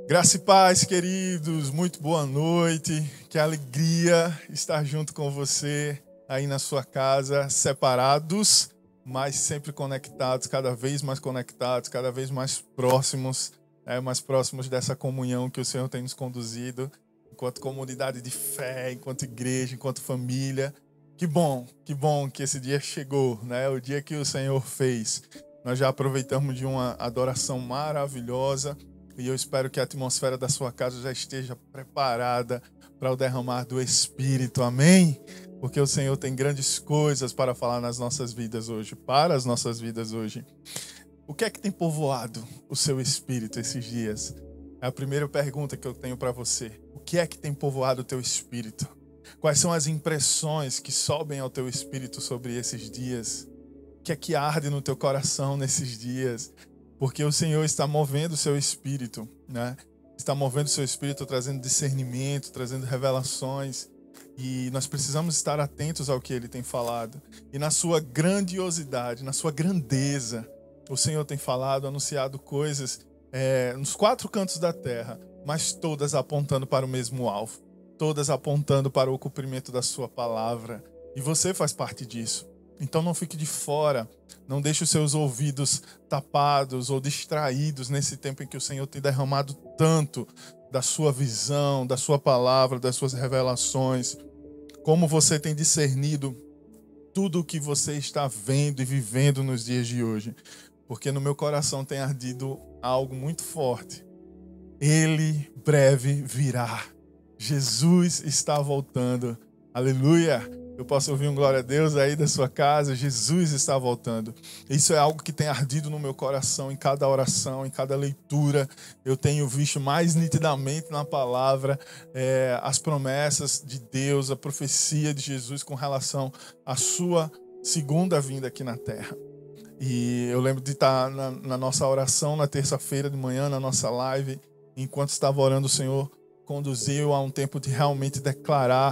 Graça e paz, queridos, muito boa noite, que alegria estar junto com você aí na sua casa, separados, mas sempre conectados, cada vez mais conectados, cada vez mais próximos dessa comunhão que o Senhor tem nos conduzido, enquanto comunidade de fé, enquanto igreja, enquanto família. Que bom que esse dia chegou, né? O dia que o Senhor fez. Nós já aproveitamos de uma adoração maravilhosa. E eu espero que a atmosfera da sua casa já esteja preparada para o derramar do Espírito. Amém? Porque o Senhor tem grandes coisas para falar nas nossas vidas hoje, para as nossas vidas hoje. O que é que tem povoado o seu espírito esses dias? É a primeira pergunta que eu tenho para você. O que é que tem povoado o teu espírito? Quais são as impressões que sobem ao teu espírito sobre esses dias? O que é que arde no teu coração nesses dias? Porque o Senhor está movendo o seu espírito, né? Está movendo o seu espírito, trazendo discernimento, trazendo revelações. E nós precisamos estar atentos ao que Ele tem falado. E na sua grandiosidade, na sua grandeza, o Senhor tem falado, anunciado coisas nos quatro cantos da terra, mas todas apontando para o mesmo alvo. Todas apontando para o cumprimento da sua palavra. E você faz parte disso. Então não fique de fora, não deixe os seus ouvidos tapados ou distraídos nesse tempo em que o Senhor tem derramado tanto da sua visão, da sua palavra, das suas revelações. Como você tem discernido tudo o que você está vendo e vivendo nos dias de hoje. Porque no meu coração tem ardido algo muito forte. Ele breve virá. Jesus está voltando. Aleluia! Eu posso ouvir um glória a Deus aí da sua casa. Jesus está voltando. Isso é algo que tem ardido no meu coração em cada oração, em cada leitura. Eu tenho visto mais nitidamente na palavra as promessas de Deus, a profecia de Jesus com relação à sua segunda vinda aqui na terra. E eu lembro de estar na nossa oração na terça-feira de manhã, na nossa live, enquanto estava orando, o Senhor conduziu a um tempo de realmente declarar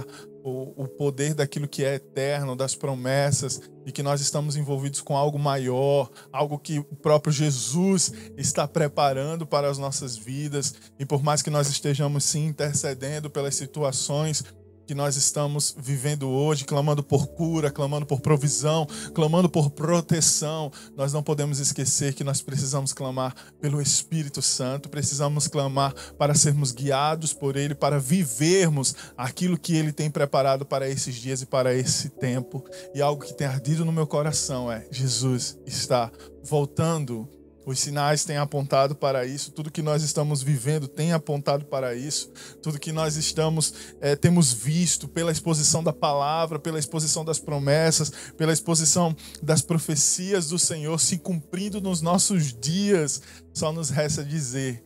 o poder daquilo que é eterno, das promessas, e que nós estamos envolvidos com algo maior, algo que o próprio Jesus está preparando para as nossas vidas. E por mais que nós estejamos sim intercedendo pelas situações que nós estamos vivendo hoje, clamando por cura, clamando por provisão, clamando por proteção, nós não podemos esquecer que nós precisamos clamar pelo Espírito Santo, precisamos clamar para sermos guiados por Ele, para vivermos aquilo que Ele tem preparado para esses dias e para esse tempo. E algo que tem ardido no meu coração é: Jesus está voltando. Os sinais têm apontado para isso, tudo que nós estamos vivendo tem apontado para isso, tudo que nós temos visto pela exposição da palavra, pela exposição das promessas, pela exposição das profecias do Senhor se cumprindo nos nossos dias. Só nos resta dizer: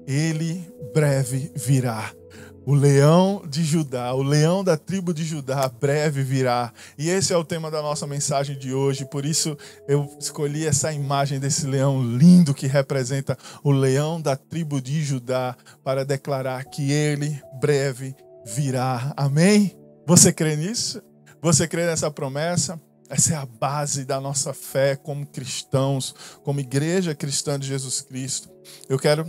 Ele breve virá. O leão de Judá, o leão da tribo de Judá, breve virá. E esse é o tema da nossa mensagem de hoje. Por isso eu escolhi essa imagem desse leão lindo que representa o leão da tribo de Judá, para declarar que ele breve virá. Amém? Você crê nisso? Você crê nessa promessa? Essa é a base da nossa fé como cristãos, como igreja cristã de Jesus Cristo. Eu quero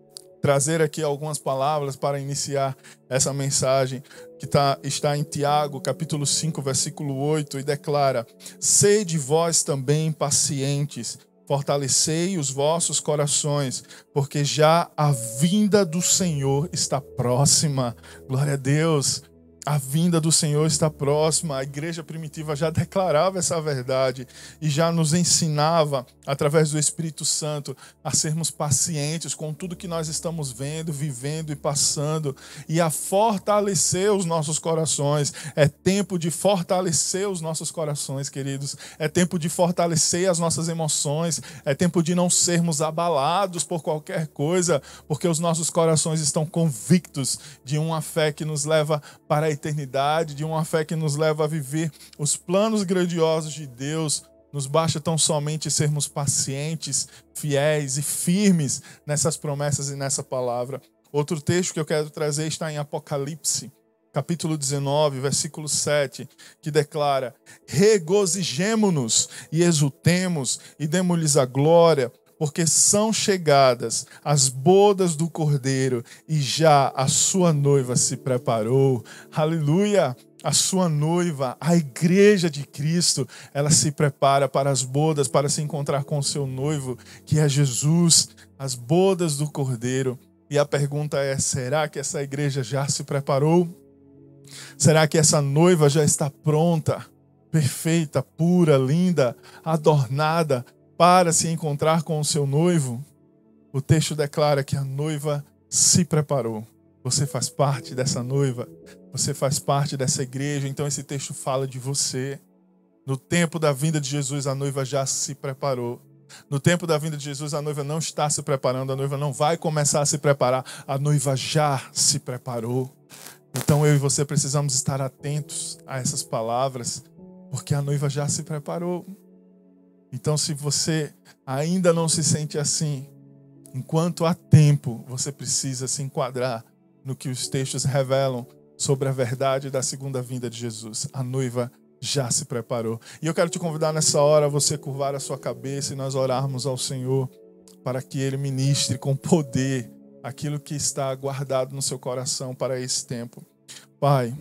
trazer aqui algumas palavras para iniciar essa mensagem que está em Tiago, capítulo 5, versículo 8, e declara: Sede vós também pacientes, fortalecei os vossos corações, porque já a vinda do Senhor está próxima. Glória a Deus! A vinda do Senhor está próxima. A igreja primitiva já declarava essa verdade e já nos ensinava, através do Espírito Santo, a sermos pacientes com tudo que nós estamos vendo, vivendo e passando, e a fortalecer os nossos corações. É tempo de fortalecer os nossos corações, queridos. É tempo de fortalecer as nossas emoções. É tempo de não sermos abalados por qualquer coisa, porque os nossos corações estão convictos de uma fé que nos leva para a eternidade, de uma fé que nos leva a viver os planos grandiosos de Deus. Nos basta tão somente sermos pacientes, fiéis e firmes nessas promessas e nessa palavra. Outro texto que eu quero trazer está em Apocalipse, capítulo 19, versículo 7, que declara: Regozijemo-nos e exultemos e demos-lhes a glória, porque são chegadas as bodas do Cordeiro e já a sua noiva se preparou. Aleluia! A sua noiva, a igreja de Cristo, ela se prepara para as bodas, para se encontrar com o seu noivo, que é Jesus, as bodas do Cordeiro. E a pergunta é, será que essa igreja já se preparou? Será que essa noiva já está pronta, perfeita, pura, linda, adornada para se encontrar com o seu noivo? O texto declara que a noiva se preparou. Você faz parte dessa noiva, você faz parte dessa igreja, então esse texto fala de você. No tempo da vinda de Jesus, a noiva já se preparou. No tempo da vinda de Jesus, a noiva não está se preparando, a noiva não vai começar a se preparar, a noiva já se preparou. Então eu e você precisamos estar atentos a essas palavras, porque a noiva já se preparou. Então se você ainda não se sente assim, enquanto há tempo, você precisa se enquadrar no que os textos revelam sobre a verdade da segunda vinda de Jesus. A noiva já se preparou. E eu quero te convidar nessa hora a você curvar a sua cabeça e nós orarmos ao Senhor para que Ele ministre com poder aquilo que está guardado no seu coração para esse tempo. Pai,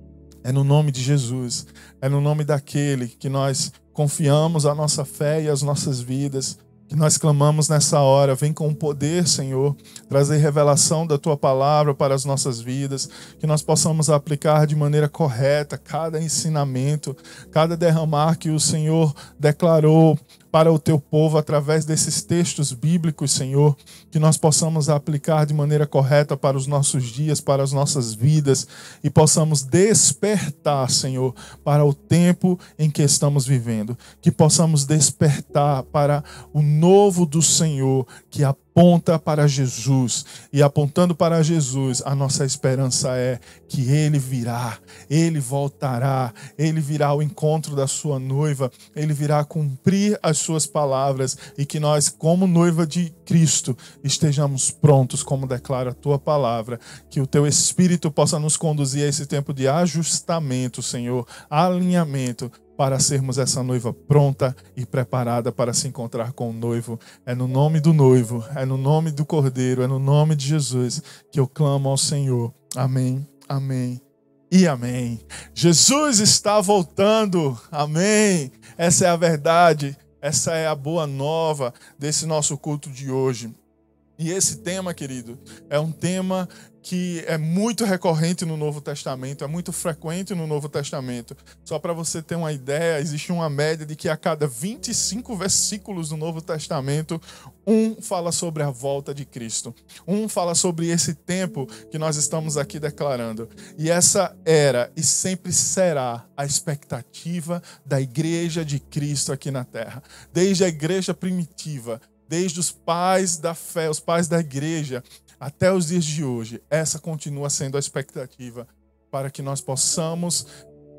é no nome de Jesus, é no nome daquele que nós confiamos a nossa fé e as nossas vidas, que nós clamamos nessa hora. Vem com o poder, Senhor, trazer revelação da Tua palavra para as nossas vidas, que nós possamos aplicar de maneira correta cada ensinamento, cada derramar que o Senhor declarou para o Teu povo através desses textos bíblicos, Senhor, que nós possamos aplicar de maneira correta para os nossos dias, para as nossas vidas, e possamos despertar, Senhor, para o tempo em que estamos vivendo, que possamos despertar para o novo do Senhor, que aponta para Jesus, e apontando para Jesus, a nossa esperança é que Ele virá, Ele voltará, Ele virá ao encontro da sua noiva, Ele virá cumprir as suas palavras, e que nós, como noiva de Cristo, estejamos prontos, como declara a Tua palavra, que o Teu Espírito possa nos conduzir a esse tempo de ajustamento, Senhor, alinhamento, para sermos essa noiva pronta e preparada para se encontrar com o noivo. É no nome do noivo, é no nome do Cordeiro, é no nome de Jesus que eu clamo ao Senhor. Amém, amém e amém. Jesus está voltando, amém. Essa é a verdade, essa é a boa nova desse nosso culto de hoje. E esse tema, querido, é um tema que é muito recorrente no Novo Testamento, é muito frequente no Novo Testamento. Só para você ter uma ideia, existe uma média de que a cada 25 versículos do Novo Testamento, um fala sobre a volta de Cristo. Um fala sobre esse tempo que nós estamos aqui declarando. E essa era e sempre será a expectativa da igreja de Cristo aqui na Terra. Desde a igreja primitiva, desde os pais da fé, os pais da igreja, até os dias de hoje, essa continua sendo a expectativa para que nós possamos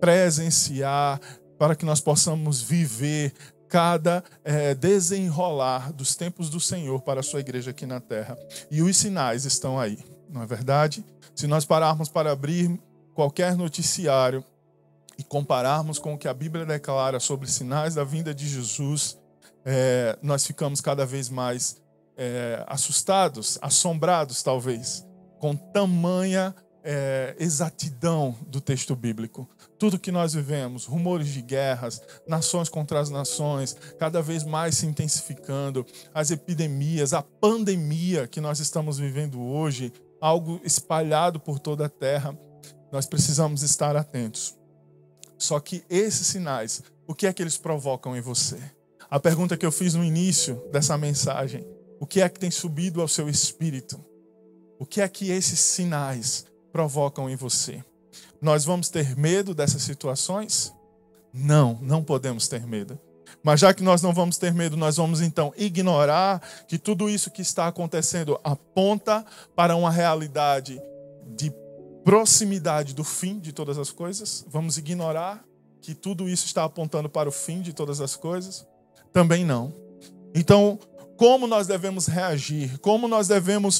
presenciar, para que nós possamos viver cada desenrolar dos tempos do Senhor para a sua igreja aqui na terra. E os sinais estão aí, não é verdade? Se nós pararmos para abrir qualquer noticiário e compararmos com o que a Bíblia declara sobre sinais da vinda de Jesus, nós ficamos cada vez mais assustados, assombrados talvez, com tamanha exatidão do texto bíblico. Tudo que nós vivemos, rumores de guerras, nações contra as nações, cada vez mais se intensificando, as epidemias, a pandemia que nós estamos vivendo hoje, algo espalhado por toda a terra, nós precisamos estar atentos. Só que esses sinais, o que é que eles provocam em você? A pergunta que eu fiz no início dessa mensagem, o que é que tem subido ao seu espírito? O que é que esses sinais provocam em você? Nós vamos ter medo dessas situações? Não, não podemos ter medo. Mas já que nós não vamos ter medo, nós vamos então ignorar que tudo isso que está acontecendo aponta para uma realidade de proximidade do fim de todas as coisas? Vamos ignorar que tudo isso está apontando para o fim de todas as coisas? Também não. Então, como nós devemos reagir, como nós devemos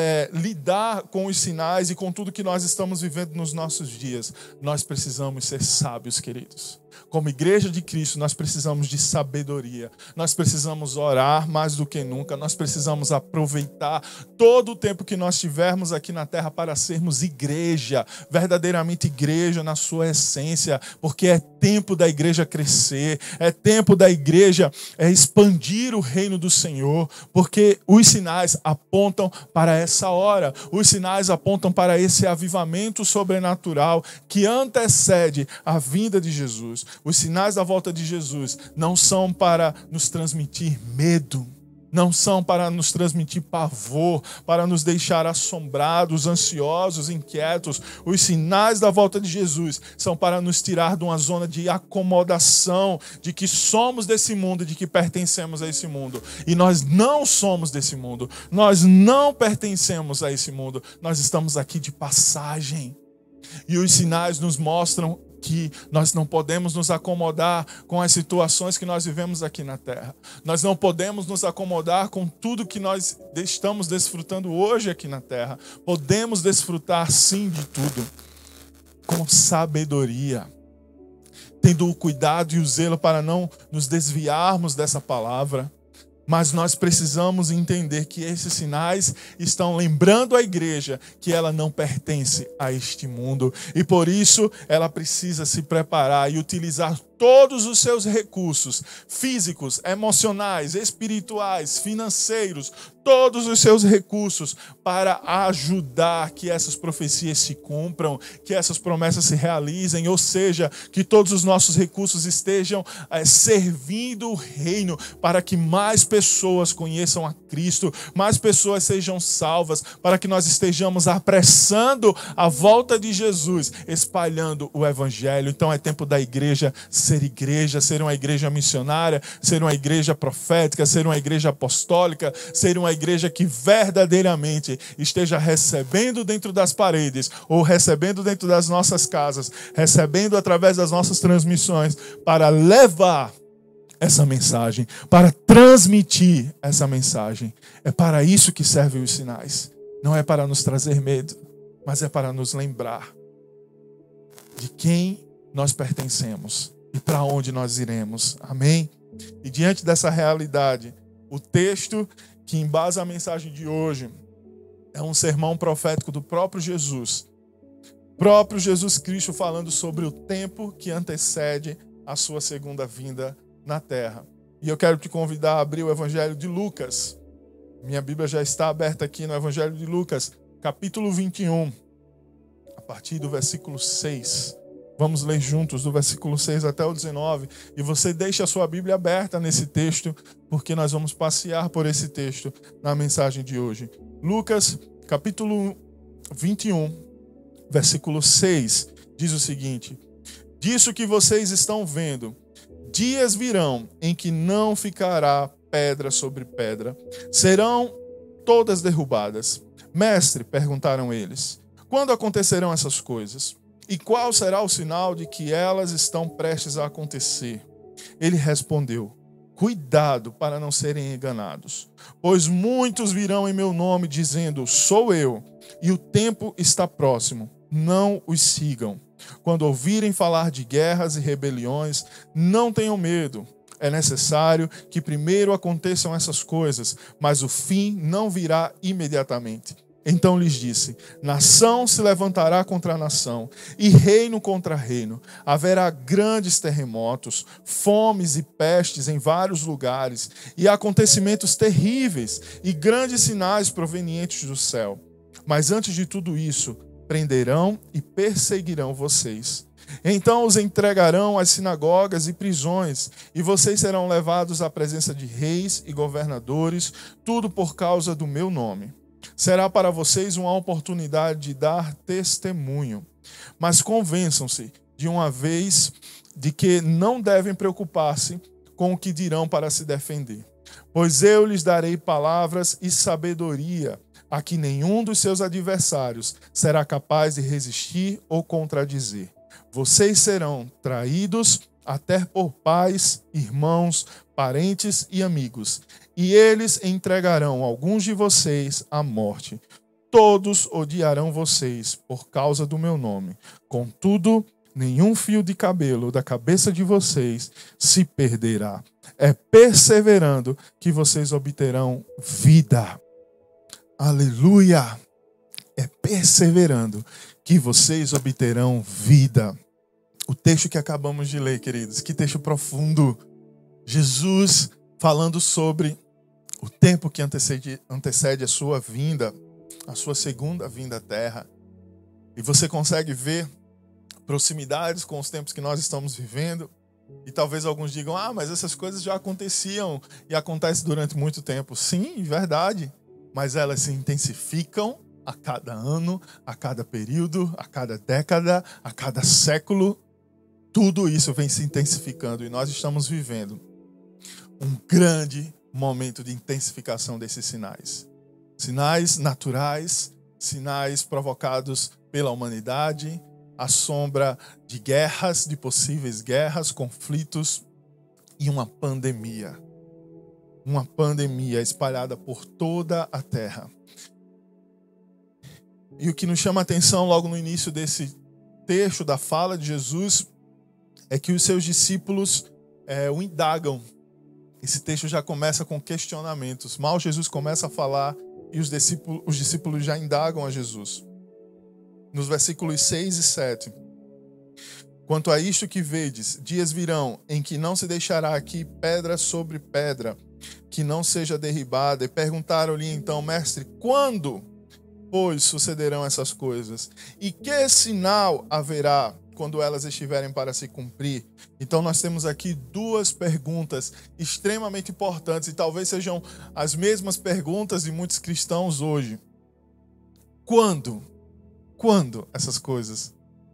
lidar com os sinais e com tudo que nós estamos vivendo nos nossos dias. Nós precisamos ser sábios, queridos. Como igreja de Cristo, nós precisamos de sabedoria. Nós precisamos orar mais do que nunca. Nós precisamos aproveitar todo o tempo que nós tivermos aqui na terra para sermos igreja, verdadeiramente igreja na sua essência, porque é tempo da igreja crescer, é tempo da igreja expandir o reino do Senhor, porque os sinais apontam para essa hora, os sinais apontam para esse avivamento sobrenatural que antecede a vinda de Jesus. Os sinais da volta de Jesus não são para nos transmitir medo, não são para nos transmitir pavor, para nos deixar assombrados, ansiosos, inquietos. Os sinais da volta de Jesus são para nos tirar de uma zona de acomodação, de que somos desse mundo, de que pertencemos a esse mundo. E nós não somos desse mundo, nós não pertencemos a esse mundo, nós estamos aqui de passagem. E os sinais nos mostram que nós não podemos nos acomodar com as situações que nós vivemos aqui na terra. Nós não podemos nos acomodar com tudo que nós estamos desfrutando hoje aqui na terra. Podemos desfrutar sim de tudo, com sabedoria, tendo o cuidado e o zelo para não nos desviarmos dessa palavra. Mas nós precisamos entender que esses sinais estão lembrando a igreja que ela não pertence a este mundo. E por isso ela precisa se preparar e utilizar todos os seus recursos físicos, emocionais, espirituais, financeiros, todos os seus recursos para ajudar que essas profecias se cumpram, que essas promessas se realizem, ou seja, que todos os nossos recursos estejam servindo o reino para que mais pessoas conheçam a Cristo, mais pessoas sejam salvas, para que nós estejamos apressando a volta de Jesus, espalhando o evangelho. Então é tempo da igreja ser uma igreja missionária, ser uma igreja profética, ser uma igreja apostólica, ser uma igreja que verdadeiramente esteja recebendo dentro das paredes ou recebendo dentro das nossas casas, recebendo através das nossas transmissões para levar essa mensagem, para transmitir essa mensagem. É para isso que servem os sinais. Não é para nos trazer medo, mas é para nos lembrar de quem nós pertencemos e para onde nós iremos. Amém? E diante dessa realidade, o texto que embasa a mensagem de hoje é um sermão profético do próprio Jesus. Próprio Jesus Cristo falando sobre o tempo que antecede a sua segunda vinda na terra. E eu quero te convidar a abrir o Evangelho de Lucas. Minha Bíblia já está aberta aqui no Evangelho de Lucas, capítulo 21, a partir do versículo 6. Vamos ler juntos do versículo 6 até o 19. E você deixa a sua Bíblia aberta nesse texto, porque nós vamos passear por esse texto na mensagem de hoje. Lucas, capítulo 21, versículo 6, diz o seguinte: disso que vocês estão vendo, dias virão em que não ficará pedra sobre pedra, serão todas derrubadas. Mestre, perguntaram eles, quando acontecerão essas coisas? E qual será o sinal de que elas estão prestes a acontecer? Ele respondeu, cuidado para não serem enganados, pois muitos virão em meu nome dizendo, sou eu, e o tempo está próximo, não os sigam. Quando ouvirem falar de guerras e rebeliões, não tenham medo. É necessário que primeiro aconteçam essas coisas, mas o fim não virá imediatamente. Então lhes disse, nação se levantará contra nação, e reino contra reino. Haverá grandes terremotos, fomes e pestes em vários lugares, e acontecimentos terríveis, e grandes sinais provenientes do céu. Mas antes de tudo isso, prenderão e perseguirão vocês. Então os entregarão às sinagogas e prisões, e vocês serão levados à presença de reis e governadores, tudo por causa do meu nome. Será para vocês uma oportunidade de dar testemunho. Mas convençam-se de uma vez de que não devem preocupar-se com o que dirão para se defender. Pois eu lhes darei palavras e sabedoria, a que nenhum dos seus adversários será capaz de resistir ou contradizer. Vocês serão traídos até por pais, irmãos, parentes e amigos, e eles entregarão alguns de vocês à morte. Todos odiarão vocês por causa do meu nome. Contudo, nenhum fio de cabelo da cabeça de vocês se perderá. É perseverando que vocês obterão vida. Aleluia! É perseverando que vocês obterão vida. O texto que acabamos de ler, queridos, que texto profundo. Jesus falando sobre o tempo que antecede a sua vinda, a sua segunda vinda à Terra. E você consegue ver proximidades com os tempos que nós estamos vivendo. E talvez alguns digam, mas essas coisas já aconteciam e acontecem durante muito tempo. Sim, verdade. Mas elas se intensificam a cada ano, a cada período, a cada década, a cada século. Tudo isso vem se intensificando e nós estamos vivendo um grande momento de intensificação desses sinais. Sinais naturais, sinais provocados pela humanidade, à sombra de guerras, de possíveis guerras, conflitos e uma pandemia. Uma pandemia espalhada por toda a terra. E o que nos chama a atenção logo no início desse texto da fala de Jesus é que os seus discípulos o indagam. Esse texto já começa com questionamentos. Mal Jesus começa a falar e os discípulos já indagam a Jesus. Nos versículos 6 e 7. Quanto a isto que vedes, dias virão em que não se deixará aqui pedra sobre pedra, que não seja derribada. E perguntaram-lhe então, mestre, quando, pois, sucederão essas coisas? E que sinal haverá quando elas estiverem para se cumprir? Então nós temos aqui duas perguntas extremamente importantes e talvez sejam as mesmas perguntas de muitos cristãos hoje. Quando? Quando essas coisas?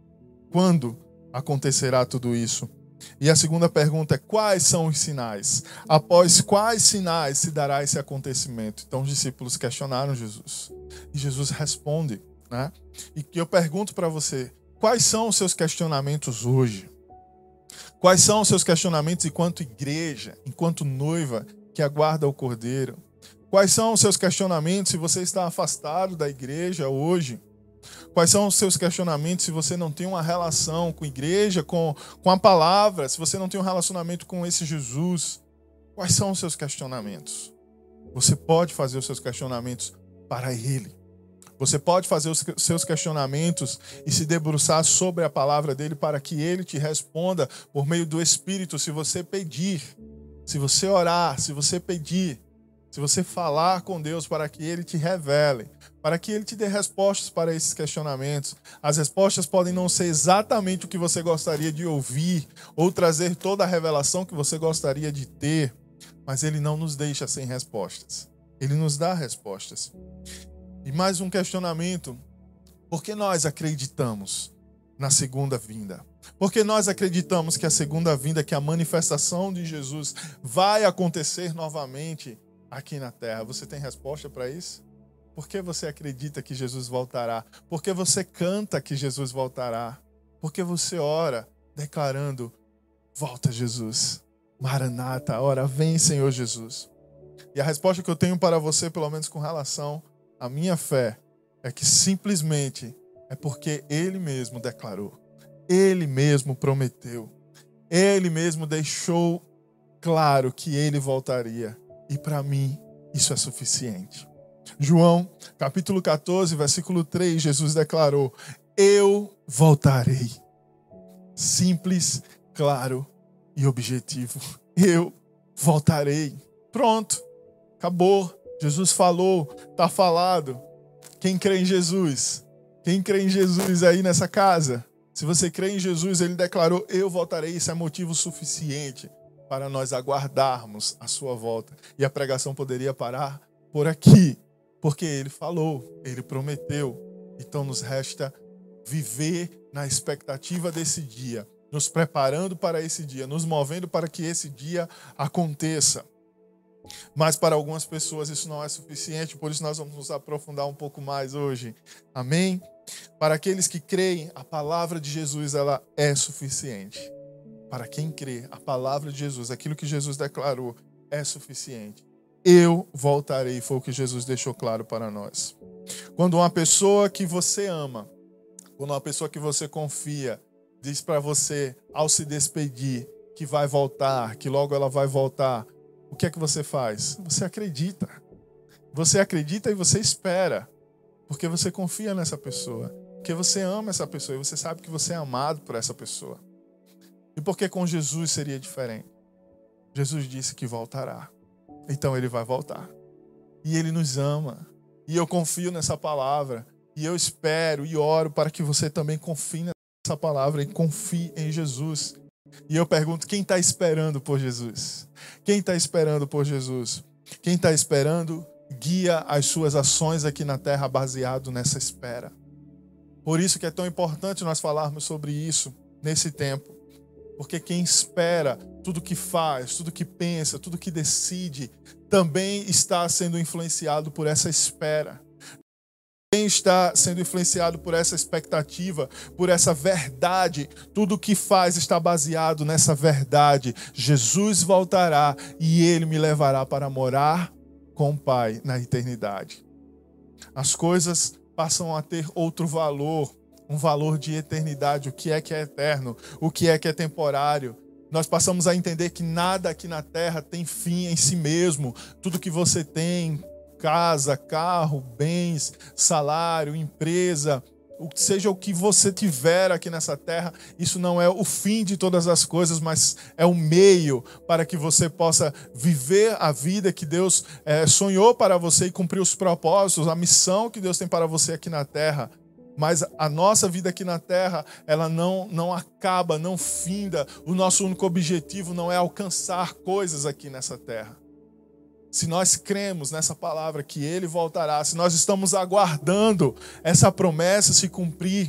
Quando acontecerá tudo isso? E a segunda pergunta é, quais são os sinais? Após quais sinais se dará esse acontecimento? Então os discípulos questionaram Jesus. E Jesus responde, né? E que eu pergunto para você, quais são os seus questionamentos hoje? Quais são os seus questionamentos enquanto igreja, enquanto noiva que aguarda o Cordeiro? Quais são os seus questionamentos se você está afastado da igreja hoje? Quais são os seus questionamentos se você não tem uma relação com a igreja, com a palavra, se você não tem um relacionamento com esse Jesus? Quais são os seus questionamentos? Você pode fazer os seus questionamentos para Ele. Você pode fazer os seus questionamentos e se debruçar sobre a palavra dele para que ele te responda por meio do Espírito, se você pedir, se você orar, se você pedir, se você falar com Deus para que ele te revele, para que ele te dê respostas para esses questionamentos. As respostas podem não ser exatamente o que você gostaria de ouvir ou trazer toda a revelação que você gostaria de ter, mas ele não nos deixa sem respostas. Ele nos dá respostas. E mais um questionamento: por que nós acreditamos na segunda vinda? Por que nós acreditamos que a segunda vinda, que a manifestação de Jesus vai acontecer novamente aqui na terra? Você tem resposta para isso? Por que você acredita que Jesus voltará? Por que você canta que Jesus voltará? Por que você ora declarando, volta Jesus, Maranata, ora vem Senhor Jesus? E a resposta que eu tenho para você, pelo menos com relação à minha fé, é que simplesmente é porque Ele mesmo declarou, Ele mesmo prometeu, Ele mesmo deixou claro que Ele voltaria. E para mim, isso é suficiente. João, capítulo 14, versículo 3, Jesus declarou, eu voltarei. Simples, claro e objetivo. Eu voltarei. Pronto, acabou. Jesus falou, está falado. Quem crê em Jesus? Quem crê em Jesus aí nessa casa? Se você crê em Jesus, ele declarou, eu voltarei. Isso é motivo suficiente para nós aguardarmos a sua volta. E a pregação poderia parar por aqui, porque ele falou, ele prometeu. Então nos resta viver na expectativa desse dia, nos preparando para esse dia, nos movendo para que esse dia aconteça. Mas para algumas pessoas isso não é suficiente, por isso nós vamos nos aprofundar um pouco mais hoje. Amém? Para aqueles que creem, a palavra de Jesus ela é suficiente. Para quem crê, a palavra de Jesus, aquilo que Jesus declarou, é suficiente. Eu voltarei, foi o que Jesus deixou claro para nós. Quando uma pessoa que você ama, quando uma pessoa que você confia, diz para você, ao se despedir, que vai voltar, que logo ela vai voltar, o que é que você faz? Você acredita. Você acredita e você espera, porque você confia nessa pessoa, porque você ama essa pessoa e você sabe que você é amado por essa pessoa. E porque com Jesus seria diferente? Jesus disse que voltará. Então ele vai voltar. E ele nos ama. E eu confio nessa palavra. E eu espero e oro para que você também confie nessa palavra e confie em Jesus. E eu pergunto, quem está esperando por Jesus? Quem está esperando por Jesus? Quem está esperando, guia as suas ações aqui na terra baseado nessa espera. Por isso que é tão importante nós falarmos sobre isso nesse tempo. Porque quem espera, tudo que faz, tudo que pensa, tudo que decide, também está sendo influenciado por essa espera. Também está sendo influenciado por essa expectativa, por essa verdade. Tudo que faz está baseado nessa verdade. Jesus voltará e ele me levará para morar com o Pai na eternidade. As coisas passam a ter outro valor. Um valor de eternidade, o que é eterno, o que é temporário. Nós passamos a entender que nada aqui na terra tem fim em si mesmo. Tudo que você tem, casa, carro, bens, salário, empresa, seja o que você tiver aqui nessa terra, isso não é o fim de todas as coisas, mas é o meio para que você possa viver a vida que Deus sonhou para você e cumprir os propósitos, a missão que Deus tem para você aqui na terra. Mas a nossa vida aqui na terra, ela não acaba, não finda. O nosso único objetivo não é alcançar coisas aqui nessa terra. Se nós cremos nessa palavra que ele voltará, se nós estamos aguardando essa promessa se cumprir,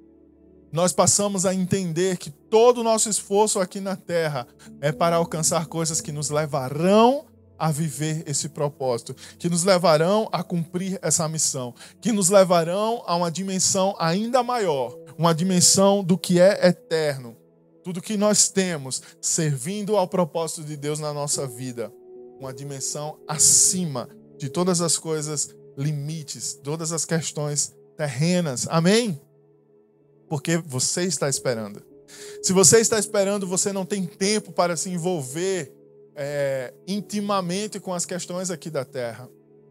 nós passamos a entender que todo o nosso esforço aqui na terra é para alcançar coisas que nos levarão a viver esse propósito, que nos levarão a cumprir essa missão, que nos levarão a uma dimensão ainda maior, uma dimensão do que é eterno. Tudo que nós temos servindo ao propósito de Deus na nossa vida, uma dimensão acima de todas as coisas, limites, todas as questões terrenas. Amém? Porque você está esperando. Se você está esperando, você não tem tempo para se envolver intimamente com as questões aqui da terra.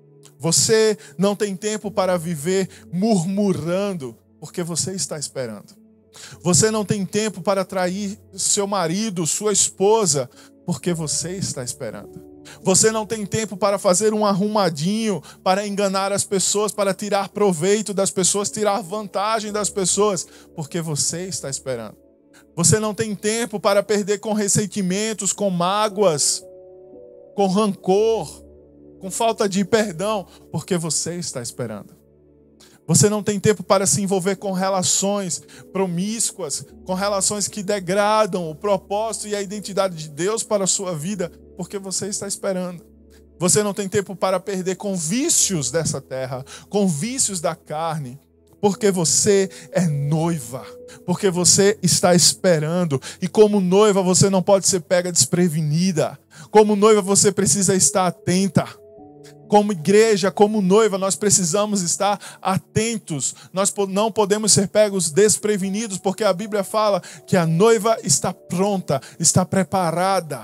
Você não tem tempo para viver murmurando, porque você está esperando. Você não tem tempo para trair seu marido, sua esposa, porque você está esperando. Você não tem tempo para fazer um arrumadinho, para enganar as pessoas, para tirar proveito das pessoas, tirar vantagem das pessoas, porque você está esperando. Você não tem tempo para perder com ressentimentos, com mágoas, com rancor, com falta de perdão, porque você está esperando. Você não tem tempo para se envolver com relações promíscuas, com relações que degradam o propósito e a identidade de Deus para a sua vida, porque você está esperando. Você não tem tempo para perder com vícios dessa terra, com vícios da carne, porque você é noiva, porque você está esperando. E como noiva você não pode ser pega desprevenida. Como noiva você precisa estar atenta. Como igreja, como noiva, nós precisamos estar atentos. Nós não podemos ser pegos desprevenidos, porque a Bíblia fala que a noiva está pronta, está preparada.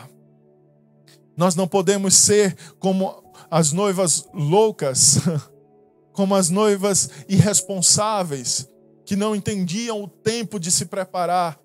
Nós não podemos ser como as noivas loucas, como as noivas irresponsáveis, que não entendiam o tempo de se preparar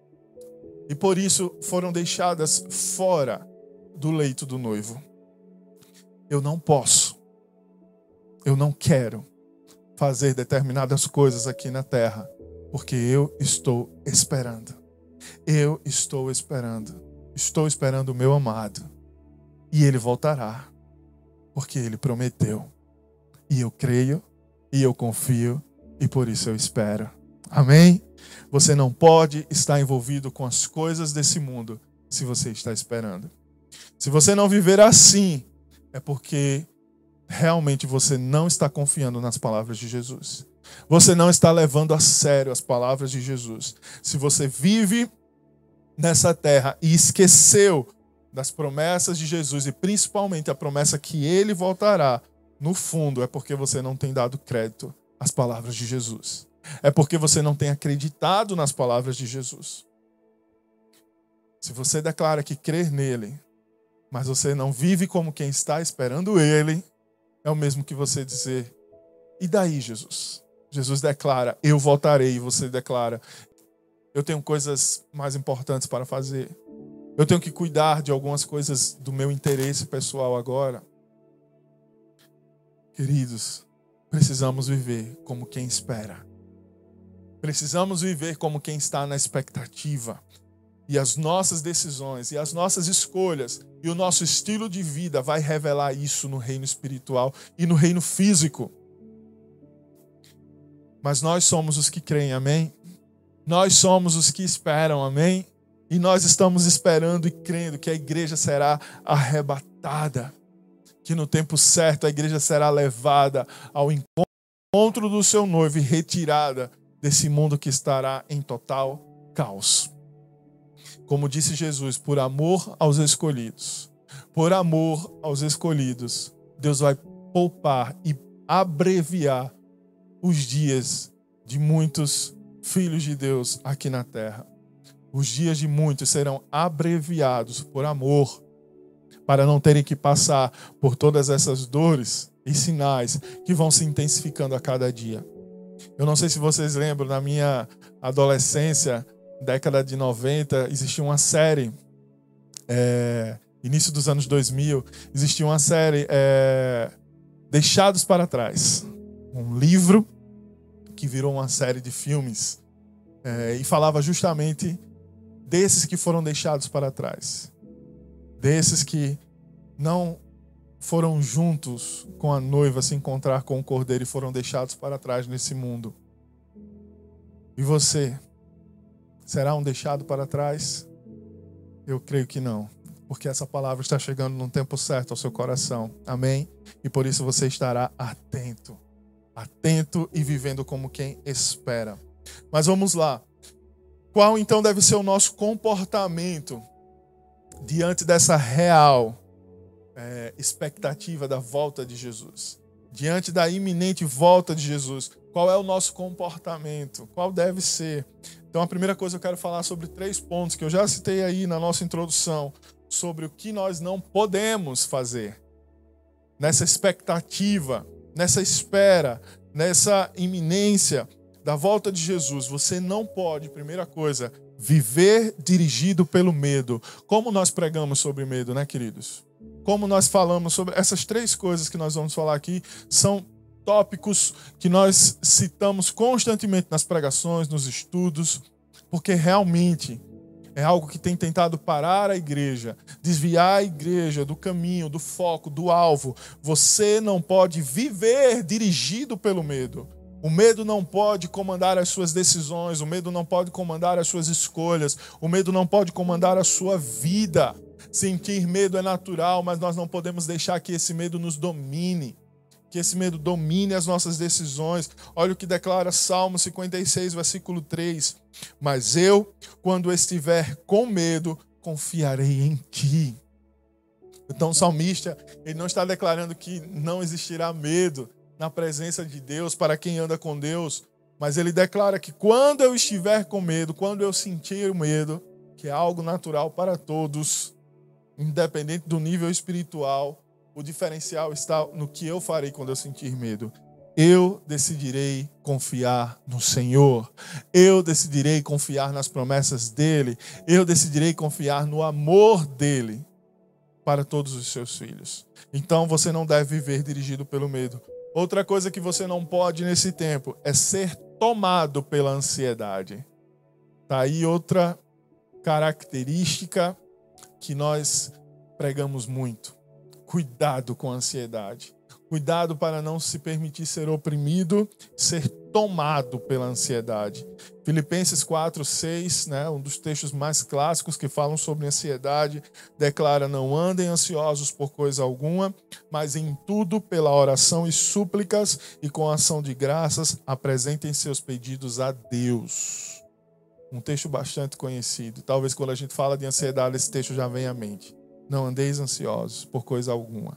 e por isso foram deixadas fora do leito do noivo. Eu não posso, eu não quero fazer determinadas coisas aqui na terra, porque eu estou esperando. Eu estou esperando. Estou esperando o meu amado. E ele voltará, porque ele prometeu. E eu creio, e eu confio, e por isso eu espero. Amém? Você não pode estar envolvido com as coisas desse mundo se você está esperando. Se você não viver assim, é porque realmente você não está confiando nas palavras de Jesus. Você não está levando a sério as palavras de Jesus. Se você vive nessa terra e esqueceu das promessas de Jesus e principalmente a promessa que ele voltará, no fundo é porque você não tem dado crédito às palavras de Jesus. É porque você não tem acreditado nas palavras de Jesus. Se você declara que crer nele, mas você não vive como quem está esperando ele, é o mesmo que você dizer, e daí, Jesus? Jesus declara, eu voltarei, e você declara, eu tenho coisas mais importantes para fazer. Eu tenho que cuidar de algumas coisas do meu interesse pessoal agora. Queridos, precisamos viver como quem espera. Precisamos viver como quem está na expectativa. E as nossas decisões, e as nossas escolhas, e o nosso estilo de vida vai revelar isso no reino espiritual e no reino físico. Mas nós somos os que creem, amém? Nós somos os que esperam, amém? E nós estamos esperando e crendo que a igreja será arrebatada, que no tempo certo a igreja será levada ao encontro do seu noivo e retirada desse mundo que estará em total caos. Como disse Jesus, por amor aos escolhidos, Deus vai poupar e abreviar os dias de muitos filhos de Deus aqui na terra. Os dias de muitos serão abreviados por amor, para não terem que passar por todas essas dores e sinais que vão se intensificando a cada dia. Eu não sei se vocês lembram, na minha adolescência, década de 90, existia uma série, início dos anos 2000, existia uma série, Deixados para Trás. Um livro que virou uma série de filmes e falava justamente desses que foram deixados para trás. Desses que não foram juntos com a noiva se encontrar com o cordeiro e foram deixados para trás nesse mundo. E você? Será um deixado para trás? Eu creio que não, porque essa palavra está chegando no tempo certo ao seu coração. Amém? E por isso você estará atento e vivendo como quem espera. Mas vamos lá. Qual então deve ser o nosso comportamento diante dessa real expectativa da volta de Jesus? Diante da iminente volta de Jesus, qual é o nosso comportamento? Qual deve ser? Então, a primeira coisa eu quero falar sobre 3 pontos que eu já citei aí na nossa introdução, sobre o que nós não podemos fazer nessa expectativa, nessa espera, nessa iminência da volta de Jesus. Você não pode, primeira coisa, viver dirigido pelo medo. Como nós pregamos sobre medo, né, queridos? Como nós falamos sobre essas 3 coisas que nós vamos falar aqui, são tópicos que nós citamos constantemente nas pregações, nos estudos, porque realmente é algo que tem tentado parar a igreja, desviar a igreja do caminho, do foco, do alvo. Você não pode viver dirigido pelo medo. O medo não pode comandar as suas decisões, o medo não pode comandar as suas escolhas, o medo não pode comandar a sua vida. Sentir medo é natural, mas nós não podemos deixar que esse medo nos domine. Que esse medo domine as nossas decisões. Olha o que declara Salmo 56, versículo 3. Mas eu, quando estiver com medo, confiarei em ti. Então o salmista, ele não está declarando que não existirá medo na presença de Deus para quem anda com Deus, mas ele declara que quando eu estiver com medo, quando eu sentir o medo, que é algo natural para todos, independente do nível espiritual, o diferencial está no que eu farei quando eu sentir medo. Eu decidirei confiar no Senhor. Eu decidirei confiar nas promessas dele. Eu decidirei confiar no amor dele para todos os seus filhos. Então você não deve viver dirigido pelo medo. Outra coisa que você não pode nesse tempo é ser tomado pela ansiedade. Tá aí outra característica que nós pregamos muito. Cuidado com a ansiedade. Cuidado para não se permitir ser oprimido, ser tomado pela ansiedade. Filipenses 4:6, né, um dos textos mais clássicos que falam sobre ansiedade, declara: não andem ansiosos por coisa alguma, mas em tudo pela oração e súplicas e com ação de graças apresentem seus pedidos a Deus. Um texto bastante conhecido. Talvez quando a gente fala de ansiedade, esse texto já vem à mente. Não andeis ansiosos por coisa alguma.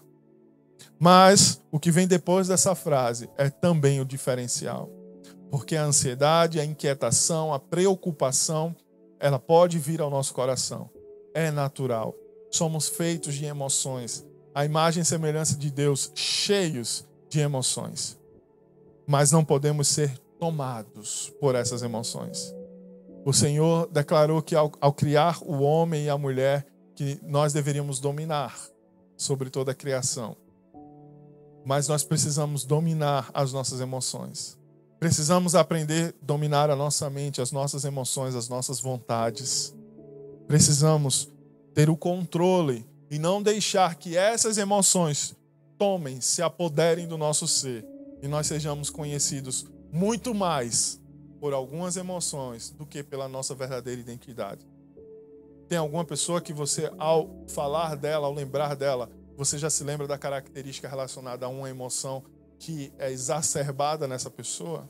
Mas o que vem depois dessa frase é também o diferencial. Porque a ansiedade, a inquietação, a preocupação, ela pode vir ao nosso coração. É natural. Somos feitos de emoções. A imagem e semelhança de Deus, cheios de emoções. Mas não podemos ser tomados por essas emoções. O Senhor declarou que ao criar o homem e a mulher, que nós deveríamos dominar sobre toda a criação. Mas nós precisamos dominar as nossas emoções. Precisamos aprender a dominar a nossa mente, as nossas emoções, as nossas vontades. Precisamos ter o controle e não deixar que essas emoções tomem, se apoderem do nosso ser e nós sejamos conhecidos muito mais por algumas emoções do que pela nossa verdadeira identidade. Tem alguma pessoa que você, ao falar dela, ao lembrar dela, você já se lembra da característica relacionada a uma emoção que é exacerbada nessa pessoa?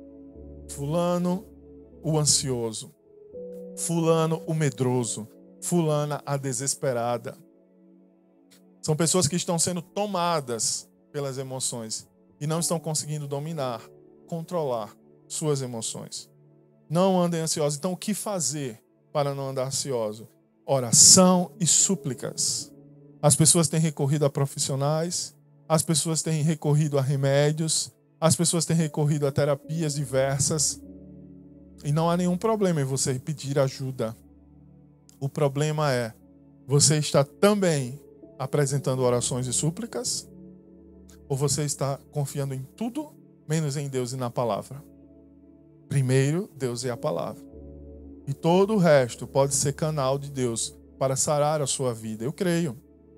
Fulano, o ansioso. Fulano, o medroso. Fulana, a desesperada. São pessoas que estão sendo tomadas pelas emoções e não estão conseguindo dominar, controlar suas emoções. Não andem ansiosos. Então, o que fazer para não andar ansioso? Oração e súplicas. As pessoas têm recorrido a profissionais, as pessoas têm recorrido a remédios, as pessoas têm recorrido a terapias diversas. E não há nenhum problema em você pedir ajuda. O problema é, você está também apresentando orações e súplicas? Ou você está confiando em tudo, menos em Deus e na palavra? Primeiro, Deus é a palavra. E todo o resto pode ser canal de Deus para sarar a sua vida. Eu creio.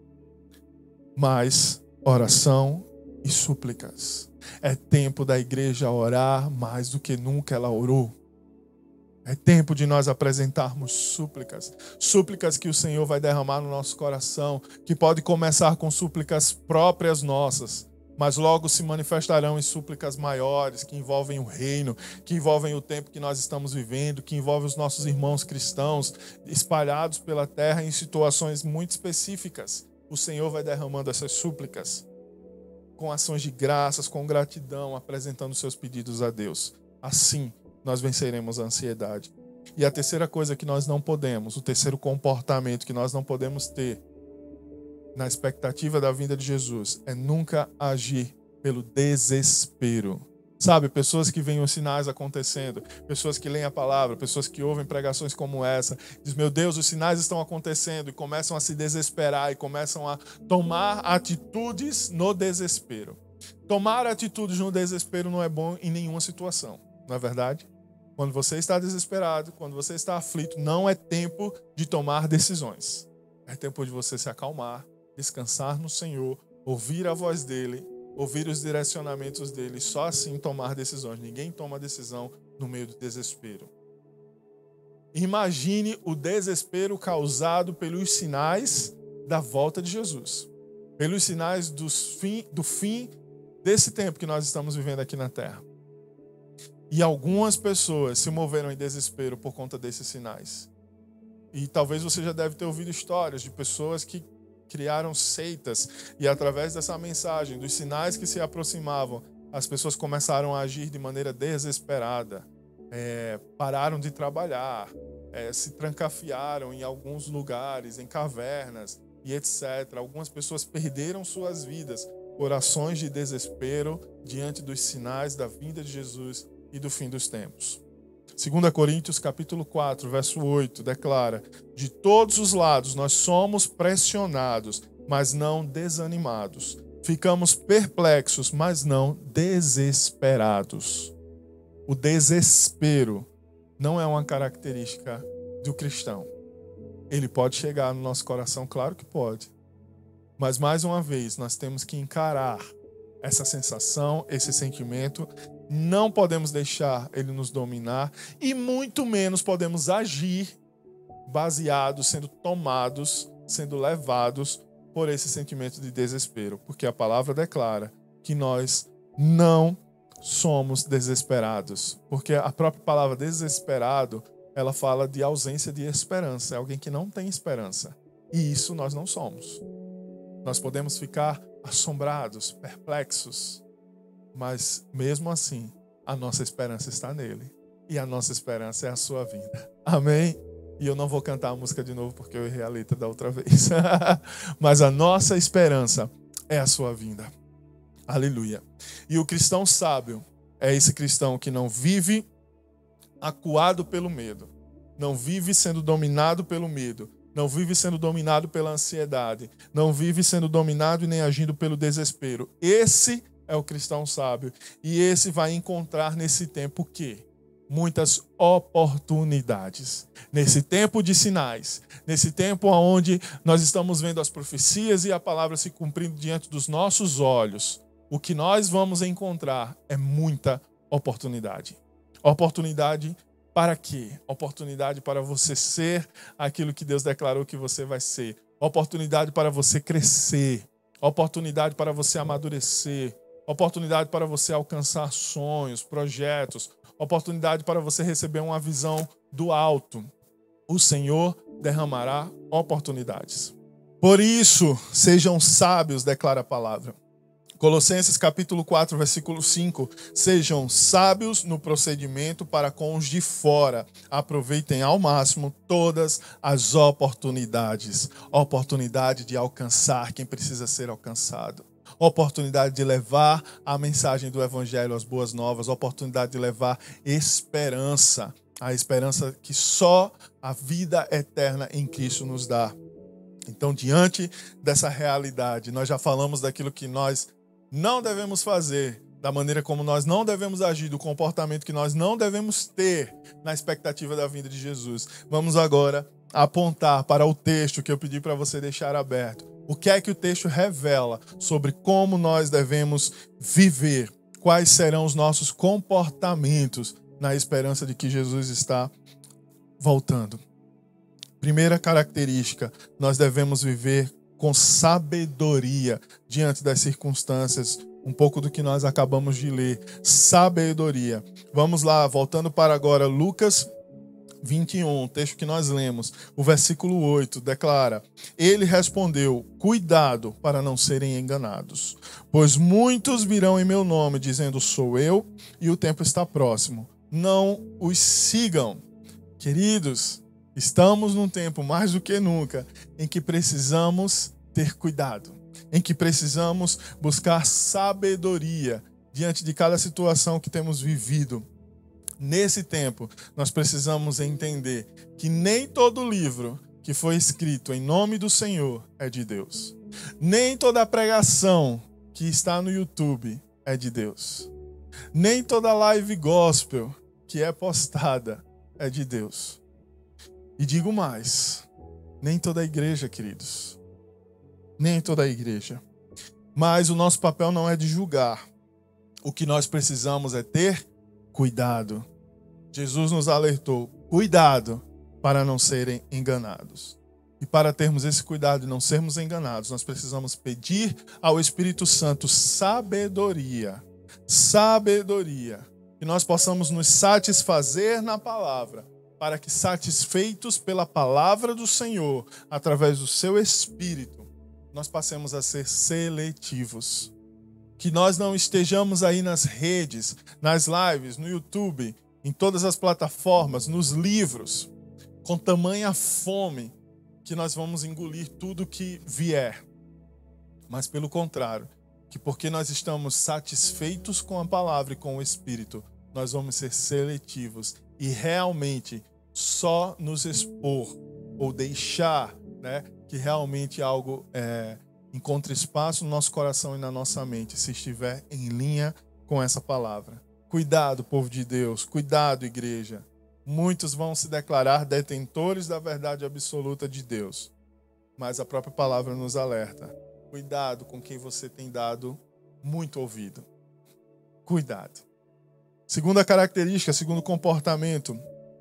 Mas oração e súplicas. É tempo da igreja orar mais do que nunca ela orou. É tempo de nós apresentarmos súplicas. Súplicas que o Senhor vai derramar no nosso coração, que pode começar com súplicas próprias nossas, mas logo se manifestarão em súplicas maiores, que envolvem o reino, que envolvem o tempo que nós estamos vivendo, que envolvem os nossos irmãos cristãos espalhados pela terra em situações muito específicas. O Senhor vai derramando essas súplicas com ações de graças, com gratidão, apresentando seus pedidos a Deus. Assim, nós venceremos a ansiedade. E a terceira coisa que nós não podemos, o terceiro comportamento que nós não podemos ter na expectativa da vinda de Jesus é nunca agir pelo desespero. Sabe, pessoas que veem os sinais acontecendo, pessoas que leem a palavra, pessoas que ouvem pregações como essa, dizem, meu Deus, os sinais estão acontecendo, e começam a se desesperar e começam a tomar atitudes no desespero. Tomar atitudes no desespero não é bom em nenhuma situação, não é verdade? Quando você está desesperado, quando você está aflito, não é tempo de tomar decisões. É tempo de você se acalmar, descansar no Senhor, ouvir a voz dele, ouvir os direcionamentos dele, só assim tomar decisões. Ninguém toma decisão no meio do desespero. Imagine o desespero causado pelos sinais da volta de Jesus, pelos sinais do fim desse tempo que nós estamos vivendo aqui na Terra. E algumas pessoas se moveram em desespero por conta desses sinais. E talvez você já deve ter ouvido histórias de pessoas que criaram seitas e através dessa mensagem, dos sinais que se aproximavam, as pessoas começaram a agir de maneira desesperada, pararam de trabalhar, se trancafiaram em alguns lugares, em cavernas e etc. Algumas pessoas perderam suas vidas por ações de desespero diante dos sinais da vinda de Jesus e do fim dos tempos. 2 Coríntios capítulo 4, verso 8, declara: de todos os lados nós somos pressionados, mas não desanimados. Ficamos perplexos, mas não desesperados. O desespero não é uma característica do cristão. Ele pode chegar no nosso coração, claro que pode. Mas, mais uma vez, nós temos que encarar essa sensação, esse sentimento. Não podemos deixar ele nos dominar e muito menos podemos agir baseados, sendo tomados, sendo levados por esse sentimento de desespero. Porque a palavra declara que nós não somos desesperados. Porque a própria palavra desesperado ela fala de ausência de esperança. É alguém que não tem esperança. E isso nós não somos. Nós podemos ficar assombrados, perplexos, mas mesmo assim, a nossa esperança está nele. E a nossa esperança é a sua vinda. Amém? E eu não vou cantar a música de novo porque eu errei a letra da outra vez. Mas a nossa esperança é a sua vinda. Aleluia. E o cristão sábio é esse cristão que não vive acuado pelo medo, não vive sendo dominado pelo medo, não vive sendo dominado pela ansiedade, não vive sendo dominado e nem agindo pelo desespero. Esse é o cristão sábio. E esse vai encontrar nesse tempo o quê? Muitas oportunidades. Nesse tempo de sinais, nesse tempo onde nós estamos vendo as profecias e a palavra se cumprindo diante dos nossos olhos, o que nós vamos encontrar é muita oportunidade. Oportunidade para quê? Oportunidade para você ser aquilo que Deus declarou que você vai ser. Oportunidade para você crescer. Oportunidade para você amadurecer. Oportunidade para você alcançar sonhos, projetos. Oportunidade para você receber uma visão do alto. O Senhor derramará oportunidades. Por isso, sejam sábios, declara a palavra. Colossenses capítulo 4, versículo 5. Sejam sábios no procedimento para com os de fora. Aproveitem ao máximo todas as oportunidades. Oportunidade de alcançar quem precisa ser alcançado. Oportunidade de levar a mensagem do Evangelho, as boas novas. Oportunidade de levar esperança. A esperança que só a vida eterna em Cristo nos dá. Então, diante dessa realidade, nós já falamos daquilo que nós não devemos fazer, da maneira como nós não devemos agir, do comportamento que nós não devemos ter na expectativa da vinda de Jesus. Vamos agora apontar para o texto que eu pedi para você deixar aberto. O que é que o texto revela sobre como nós devemos viver? Quais serão os nossos comportamentos na esperança de que Jesus está voltando? Primeira característica, nós devemos viver com sabedoria diante das circunstâncias, um pouco do que nós acabamos de ler. Sabedoria. Vamos lá, voltando para agora, Lucas 21, o texto que nós lemos, o versículo 8, declara: Ele respondeu, cuidado para não serem enganados, pois muitos virão em meu nome, dizendo, sou eu, e o tempo está próximo. Não os sigam. Queridos, estamos num tempo mais do que nunca em que precisamos ter cuidado, em que precisamos buscar sabedoria diante de cada situação que temos vivido. Nesse tempo, nós precisamos entender que nem todo livro que foi escrito em nome do Senhor é de Deus. Nem toda pregação que está no YouTube é de Deus. Nem toda live gospel que é postada é de Deus. E digo mais, nem toda a igreja, queridos. Nem toda a igreja. Mas o nosso papel não é de julgar. O que nós precisamos é ter cuidado. Jesus nos alertou, cuidado para não serem enganados. E para termos esse cuidado e não sermos enganados, nós precisamos pedir ao Espírito Santo sabedoria. Sabedoria. Que nós possamos nos satisfazer na palavra, para que, satisfeitos pela palavra do Senhor, através do seu Espírito, nós passemos a ser seletivos. Que nós não estejamos aí nas redes, nas lives, no YouTube, em todas as plataformas, nos livros, com tamanha fome, que nós vamos engolir tudo que vier. Mas pelo contrário, que porque nós estamos satisfeitos com a palavra e com o Espírito, nós vamos ser seletivos e realmente só nos expor ou deixar, que realmente algo encontre espaço no nosso coração e na nossa mente, se estiver em linha com essa palavra. Cuidado, povo de Deus, cuidado, igreja. Muitos vão se declarar detentores da verdade absoluta de Deus, mas a própria palavra nos alerta. Cuidado com quem você tem dado muito ouvido. Cuidado. Segunda característica, segundo comportamento,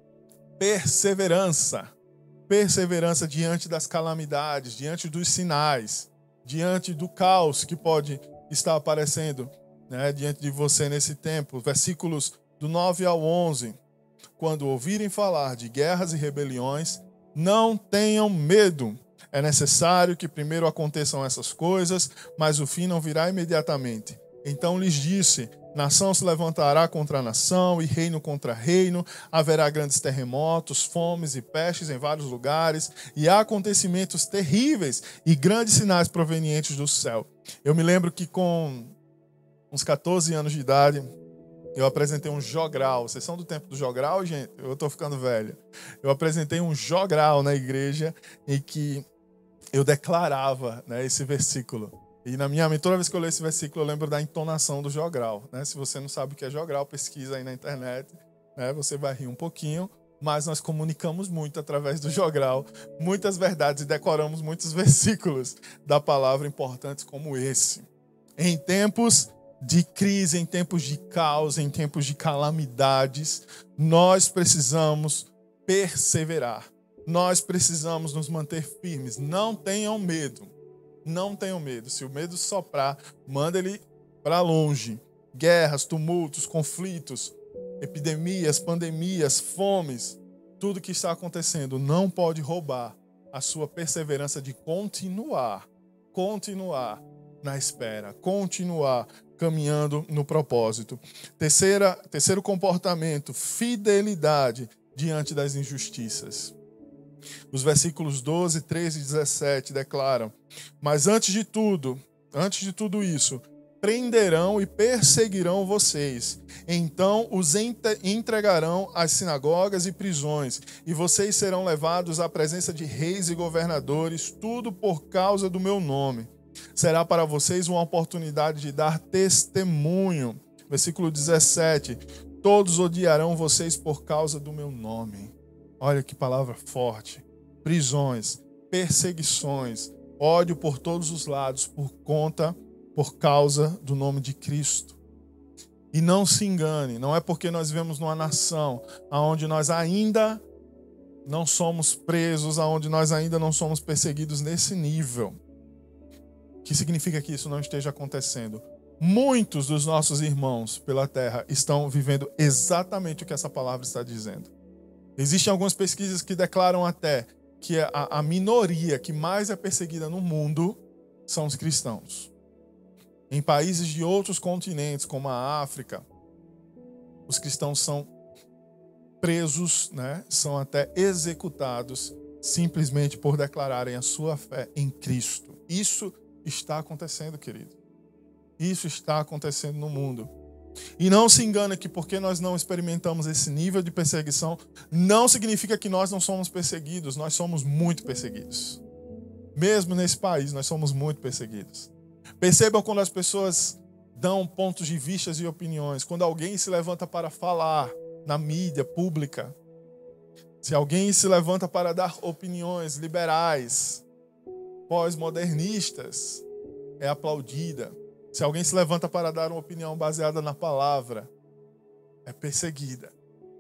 perseverança. Perseverança diante das calamidades, diante dos sinais, diante do caos que pode estar aparecendo, diante de você nesse tempo. Versículos do 9 ao 11. quando ouvirem falar de guerras e rebeliões, não tenham medo. É necessário que primeiro aconteçam essas coisas, mas o fim não virá imediatamente. Então lhes disse: nação se levantará contra nação e reino contra reino, haverá grandes terremotos, fomes e pestes em vários lugares, e há acontecimentos terríveis e grandes sinais provenientes do céu. Eu me lembro que com uns 14 anos de idade, eu apresentei um jogral. Vocês são do tempo do jogral, gente? Eu tô ficando velho. Eu apresentei um jogral na igreja em que eu declarava, né, esse versículo. E na minha mente, toda vez que eu leio esse versículo, eu lembro da entonação do jogral. Né? Se você não sabe o que é jogral, pesquisa aí na internet. Né? Você vai rir um pouquinho. Mas nós comunicamos muito através do jogral. Muitas verdades e decoramos muitos versículos da palavra importantes como esse. Em tempos de crise, em tempos de caos, em tempos de calamidades, nós precisamos perseverar. Nós precisamos nos manter firmes. Não tenham medo. Não tenham medo. Se o medo soprar, manda ele para longe. Guerras, tumultos, conflitos, epidemias, pandemias, fomes, tudo que está acontecendo não pode roubar a sua perseverança de continuar na espera, continuar caminhando no propósito. Terceiro comportamento, fidelidade diante das injustiças. Os versículos 12, 13 e 17 declaram: mas antes de tudo isso, prenderão e perseguirão vocês. Então os entregarão às sinagogas e prisões, e vocês serão levados à presença de reis e governadores, tudo por causa do meu nome. Será para vocês uma oportunidade de dar testemunho. Versículo 17: todos odiarão vocês por causa do meu nome. Olha que palavra forte. Prisões, perseguições, ódio por todos os lados por causa do nome de Cristo. E não se engane, não é porque nós vivemos numa nação onde nós ainda não somos presos, onde nós ainda não somos perseguidos nesse nível, que significa que isso não esteja acontecendo. Muitos dos nossos irmãos pela terra estão vivendo exatamente o que essa palavra está dizendo. Existem algumas pesquisas que declaram até que a minoria que mais é perseguida no mundo são os cristãos. Em países de outros continentes, como a África, os cristãos são presos, né? São até executados simplesmente por declararem a sua fé em Cristo. Isso está acontecendo, querido. Isso está acontecendo no mundo. E não se engane que porque nós não experimentamos esse nível de perseguição, não significa que nós não somos perseguidos. Nós somos muito perseguidos. Mesmo nesse país, nós somos muito perseguidos. Percebam quando as pessoas dão pontos de vista e opiniões. Quando alguém se levanta para falar na mídia pública. Se alguém se levanta para dar opiniões liberais, pós-modernistas, é aplaudida. Se alguém se levanta para dar uma opinião baseada na palavra, é perseguida.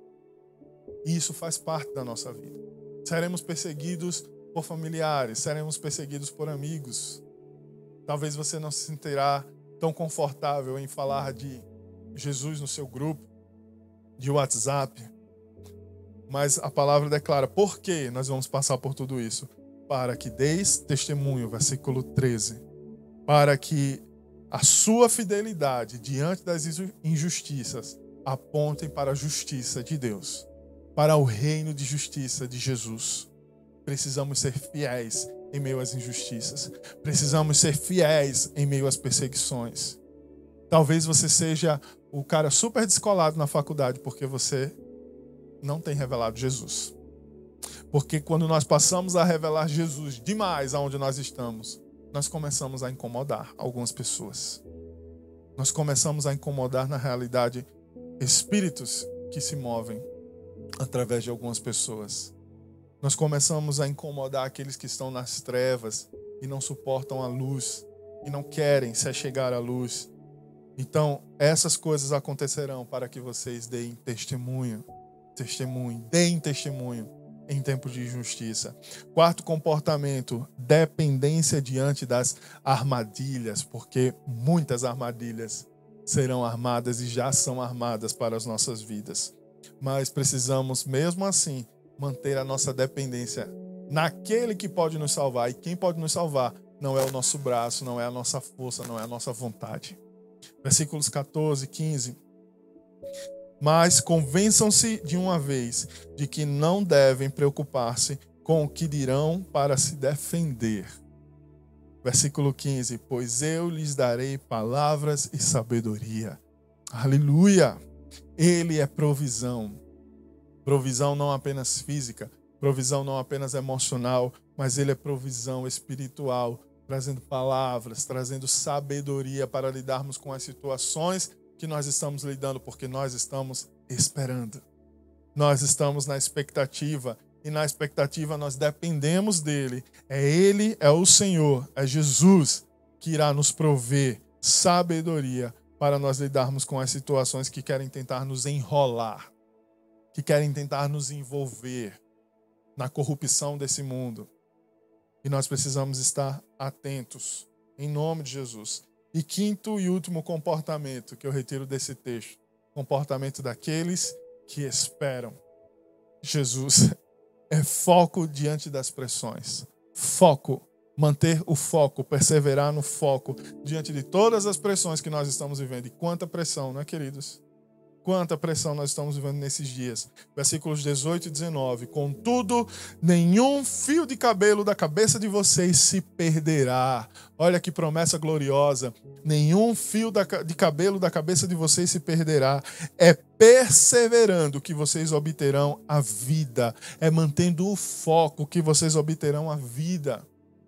E isso faz parte da nossa vida. Seremos perseguidos por familiares, seremos perseguidos por amigos. Talvez você não se sentirá tão confortável em falar de Jesus no seu grupo, de WhatsApp. Mas a palavra declara, por que nós vamos passar por tudo isso? Para que deis testemunho, versículo 13. Para que a sua fidelidade diante das injustiças apontem para a justiça de Deus, para o reino de justiça de Jesus. Precisamos ser fiéis em meio às injustiças. Precisamos ser fiéis em meio às perseguições. Talvez você seja o cara super descolado na faculdade porque você não tem revelado Jesus. Porque quando nós passamos a revelar Jesus demais aonde nós estamos, nós começamos a incomodar algumas pessoas. Nós começamos a incomodar, na realidade, espíritos que se movem através de algumas pessoas. Nós começamos a incomodar aqueles que estão nas trevas e não suportam a luz e não querem se achegar à luz. Então, essas coisas acontecerão para que vocês deem testemunho, deem testemunho em tempos de injustiça. Quarto comportamento, dependência diante das armadilhas, porque muitas armadilhas serão armadas e já são armadas para as nossas vidas. mas precisamos, mesmo assim, manter a nossa dependência naquele que pode nos salvar. E quem pode nos salvar não é o nosso braço, não é a nossa força, não é a nossa vontade. Versículos 14, 15. Mas convençam-se de uma vez de que não devem preocupar-se com o que dirão para se defender. Versículo 15. Pois eu lhes darei palavras e sabedoria. Aleluia! Ele é provisão. Provisão não apenas física, provisão não apenas emocional, mas ele é provisão espiritual, trazendo palavras, trazendo sabedoria para lidarmos com as situações que nós estamos lidando, porque nós estamos esperando. Nós estamos na expectativa, e na expectativa nós dependemos dele. É ele, é o Senhor, é Jesus que irá nos prover sabedoria para nós lidarmos com as situações que querem tentar nos enrolar, que querem tentar nos envolver na corrupção desse mundo. E nós precisamos estar atentos, em nome de Jesus. E quinto e último comportamento que eu retiro desse texto, comportamento daqueles que esperam. Jesus é foco diante das pressões. Foco, manter o foco, perseverar no foco diante de todas as pressões que nós estamos vivendo. E quanta pressão, né, queridos? Quanta pressão nós estamos vivendo nesses dias. Versículos 18 e 19. Contudo, nenhum fio de cabelo da cabeça de vocês se perderá. Olha que promessa gloriosa. Nenhum fio de cabelo da cabeça de vocês se perderá. É perseverando que vocês obterão a vida. É mantendo o foco que vocês obterão a vida.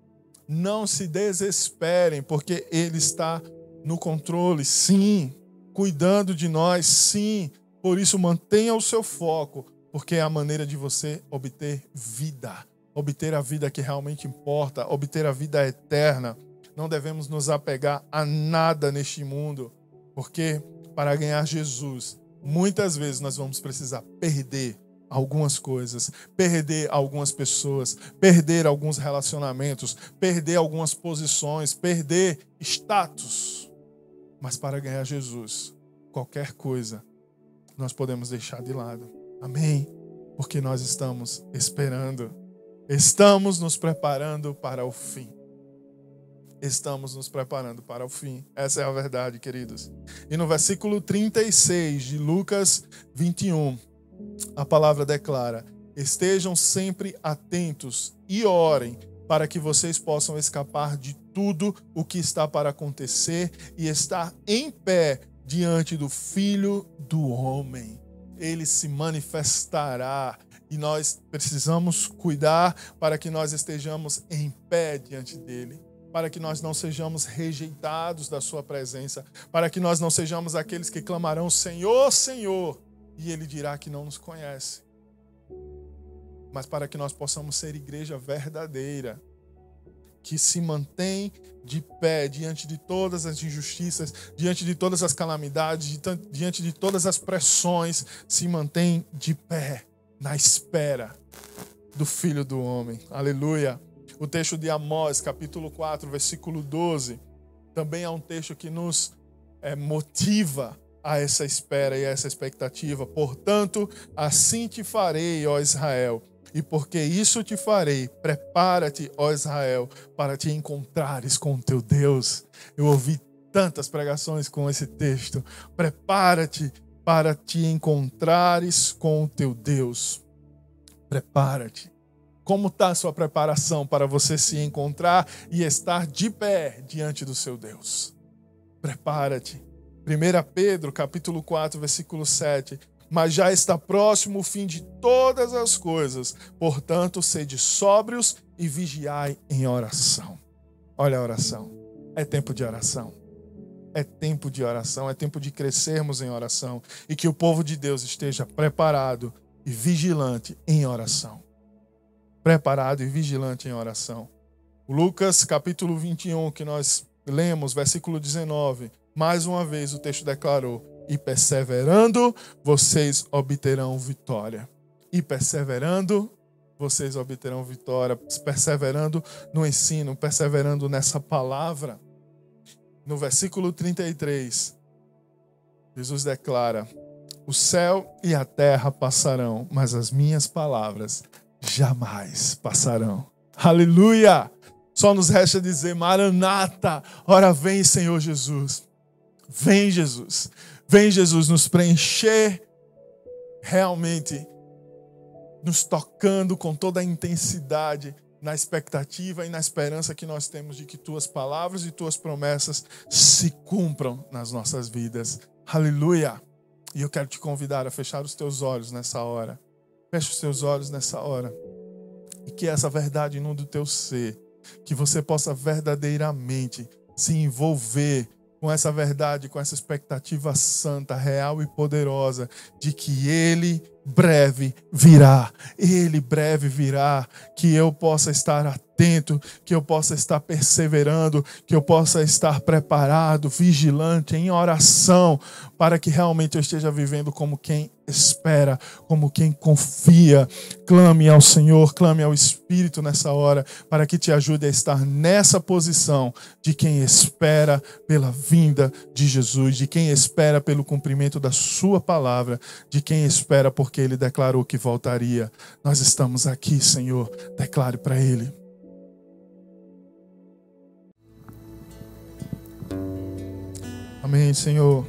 Não se desesperem, porque Ele está no controle, sim. Cuidando de nós, sim. Por isso, mantenha o seu foco, porque é a maneira de você obter vida. Obter a vida que realmente importa, obter a vida eterna. Não devemos nos apegar a nada neste mundo, porque para ganhar Jesus, muitas vezes nós vamos precisar perder algumas coisas, perder algumas pessoas, perder alguns relacionamentos, perder algumas posições, perder status. Mas para ganhar Jesus, qualquer coisa nós podemos deixar de lado. Amém? Porque nós estamos esperando. Estamos nos preparando para o fim. Estamos nos preparando para o fim. Essa é a verdade, queridos. E no versículo 36 de Lucas 21, a palavra declara: estejam sempre atentos e orem para que vocês possam escapar de tudo o que está para acontecer e estar em pé diante do Filho do Homem. Ele se manifestará e nós precisamos cuidar para que nós estejamos em pé diante dele, para que nós não sejamos rejeitados da sua presença, para que nós não sejamos aqueles que clamarão Senhor, Senhor, e ele dirá que não nos conhece. Mas para que nós possamos ser igreja verdadeira, que se mantém de pé diante de todas as injustiças, diante de todas as calamidades, diante de todas as pressões, se mantém de pé na espera do Filho do Homem. Aleluia! O texto de Amós, capítulo 4, versículo 12, também é um texto que nos motiva a essa espera e a essa expectativa. Portanto, assim te farei, ó Israel, e porque isso te farei, prepara-te, ó Israel, para te encontrares com o teu Deus. Eu ouvi tantas pregações com esse texto. Prepara-te para te encontrares com o teu Deus. Prepara-te. Como está a sua preparação para você se encontrar e estar de pé diante do seu Deus? Prepara-te. 1 Pedro, capítulo 4, versículo 7. Mas já está próximo o fim de todas as coisas. Portanto, sede sóbrios e vigiai em oração. Olha a oração. É tempo de oração. É tempo de oração. É tempo de crescermos em oração. E que o povo de Deus esteja preparado e vigilante em oração. Preparado e vigilante em oração. Lucas, capítulo 21, que nós lemos, versículo 19. Mais uma vez o texto declarou: e perseverando, vocês obterão vitória. E perseverando, vocês obterão vitória. Perseverando no ensino, perseverando nessa palavra. No versículo 33, Jesus declara: O céu e a terra passarão, mas as minhas palavras jamais passarão. Aleluia! Só nos resta dizer, Maranata, ora vem, Senhor Jesus. Vem, Jesus. Vem, Jesus, nos preencher realmente, nos tocando com toda a intensidade, na expectativa e na esperança que nós temos de que tuas palavras e tuas promessas se cumpram nas nossas vidas. Aleluia! E eu quero te convidar a fechar os teus olhos nessa hora. Feche os teus olhos nessa hora. E que essa verdade inunde o teu ser. Que você possa verdadeiramente se envolver com essa verdade, com essa expectativa santa, real e poderosa de que Ele breve virá. Ele breve virá. Que eu possa estar atento, que eu possa estar perseverando, que eu possa estar preparado, vigilante, em oração, para que realmente eu esteja vivendo como quem espera, como quem confia. Clame ao Senhor, clame ao Espírito nessa hora, para que te ajude a estar nessa posição de quem espera pela vinda de Jesus, de quem espera pelo cumprimento da sua palavra, de quem espera porque Ele declarou que voltaria. Nós estamos aqui, Senhor, declare para Ele. Amém, Senhor.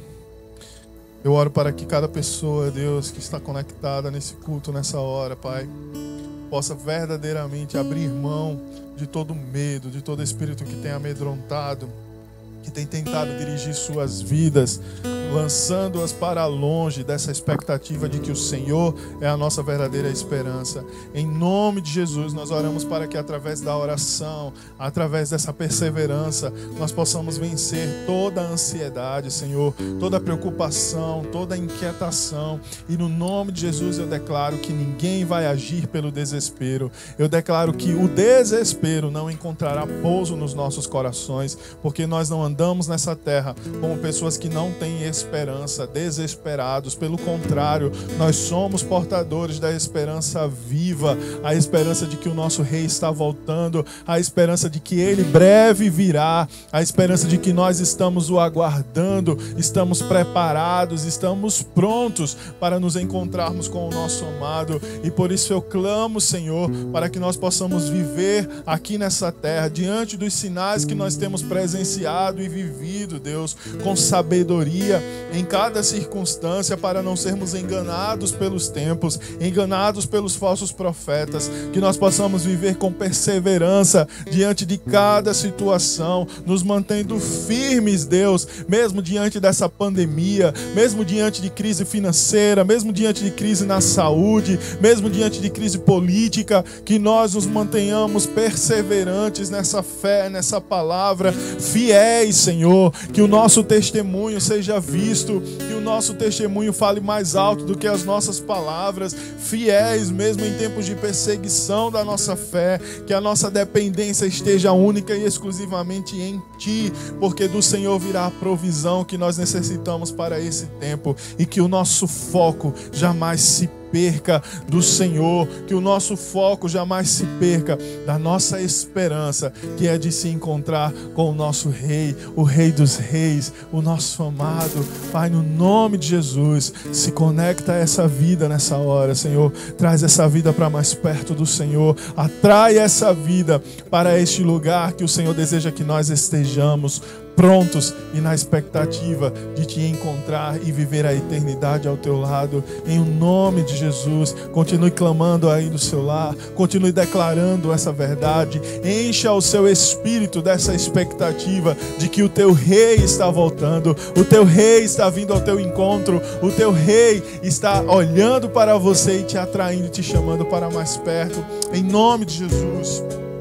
Eu oro para que cada pessoa, Deus, que está conectada nesse culto, nessa hora, Pai, possa verdadeiramente abrir mão de todo medo, de todo espírito que tem amedrontado, que tem tentado dirigir suas vidas, lançando-as para longe dessa expectativa de que o Senhor é a nossa verdadeira esperança. Em nome de Jesus, nós oramos para que através da oração, através dessa perseverança, nós possamos vencer toda a ansiedade, Senhor, toda a preocupação, toda a inquietação. E no nome de Jesus eu declaro que ninguém vai agir pelo desespero. Eu declaro que o desespero não encontrará pouso nos nossos corações, porque nós não andamos nessa terra como pessoas que não têm esperança, desesperados. Pelo contrário, nós somos portadores da esperança viva, a esperança de que o nosso Rei está voltando, a esperança de que Ele breve virá, a esperança de que nós estamos o aguardando, estamos preparados, estamos prontos para nos encontrarmos com o nosso amado. E por isso eu clamo, Senhor, para que nós possamos viver aqui nessa terra, diante dos sinais que nós temos presenciado e vivido, Deus, com sabedoria em cada circunstância, para não sermos enganados pelos tempos, enganados pelos falsos profetas, que nós possamos viver com perseverança diante de cada situação, nos mantendo firmes, Deus, mesmo diante dessa pandemia, mesmo diante de crise financeira, mesmo diante de crise na saúde, mesmo diante de crise política, que nós nos mantenhamos perseverantes nessa fé, nessa palavra, fiéis, Senhor, que o nosso testemunho seja visto, que o nosso testemunho fale mais alto do que as nossas palavras, fiéis mesmo em tempos de perseguição da nossa fé, que a nossa dependência esteja única e exclusivamente em Ti, porque do Senhor virá a provisão que nós necessitamos para esse tempo, e que o nosso foco jamais se perca do Senhor, que o nosso foco jamais se perca da nossa esperança, que é de se encontrar com o nosso Rei, o Rei dos Reis, o nosso amado. Pai, no nome de Jesus, se conecta a essa vida nessa hora, Senhor, traz essa vida para mais perto do Senhor, atrai essa vida para este lugar que o Senhor deseja que nós estejamos, prontos e na expectativa de Te encontrar e viver a eternidade ao Teu lado. Em nome de Jesus, continue clamando aí no seu lar, continue declarando essa verdade, encha o seu espírito dessa expectativa de que o Teu Rei está voltando, o Teu Rei está vindo ao teu encontro, o Teu Rei está olhando para você e te atraindo, te chamando para mais perto, em nome de Jesus.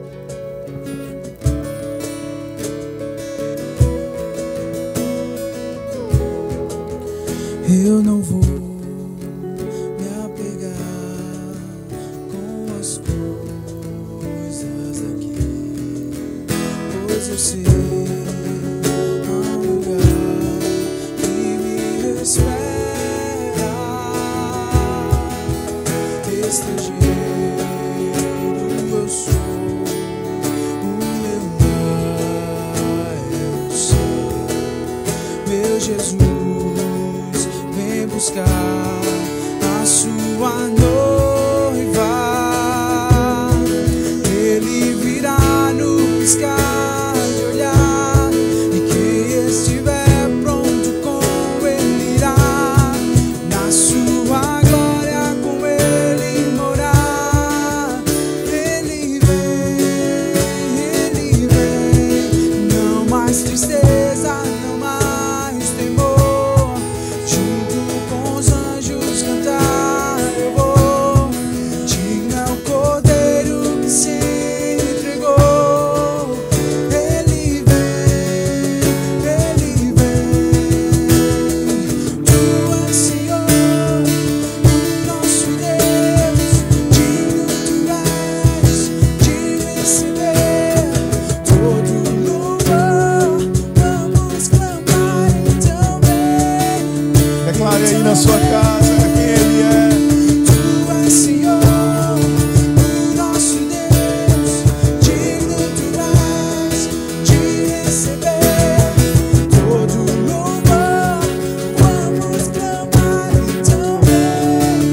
Eu não vou me apegar com as coisas daqui, pois eu sei há um lugar que me espera. Estrangeiro eu sou, o meu lar é o céu, meu Jesus. buscar a sua noiva. Ele virá no piscar de olhar, e quem estiver pronto com ele irá. Na sua glória com ele morar. Ele vem, não mais tristeza, não mais temor. Junto com os anjos cantar eu vou. Digno é o Cordeiro que se entregou. Ele vem. Tu és Senhor, o nosso Deus. Digno tu és de receber todo louvor. Vamos clamar, então vem. Declare aí na sua casa quem Ele é. Tu és Senhor, o nosso Deus. Digno tu és de receber todo louvor. Vamos clamar, então vem.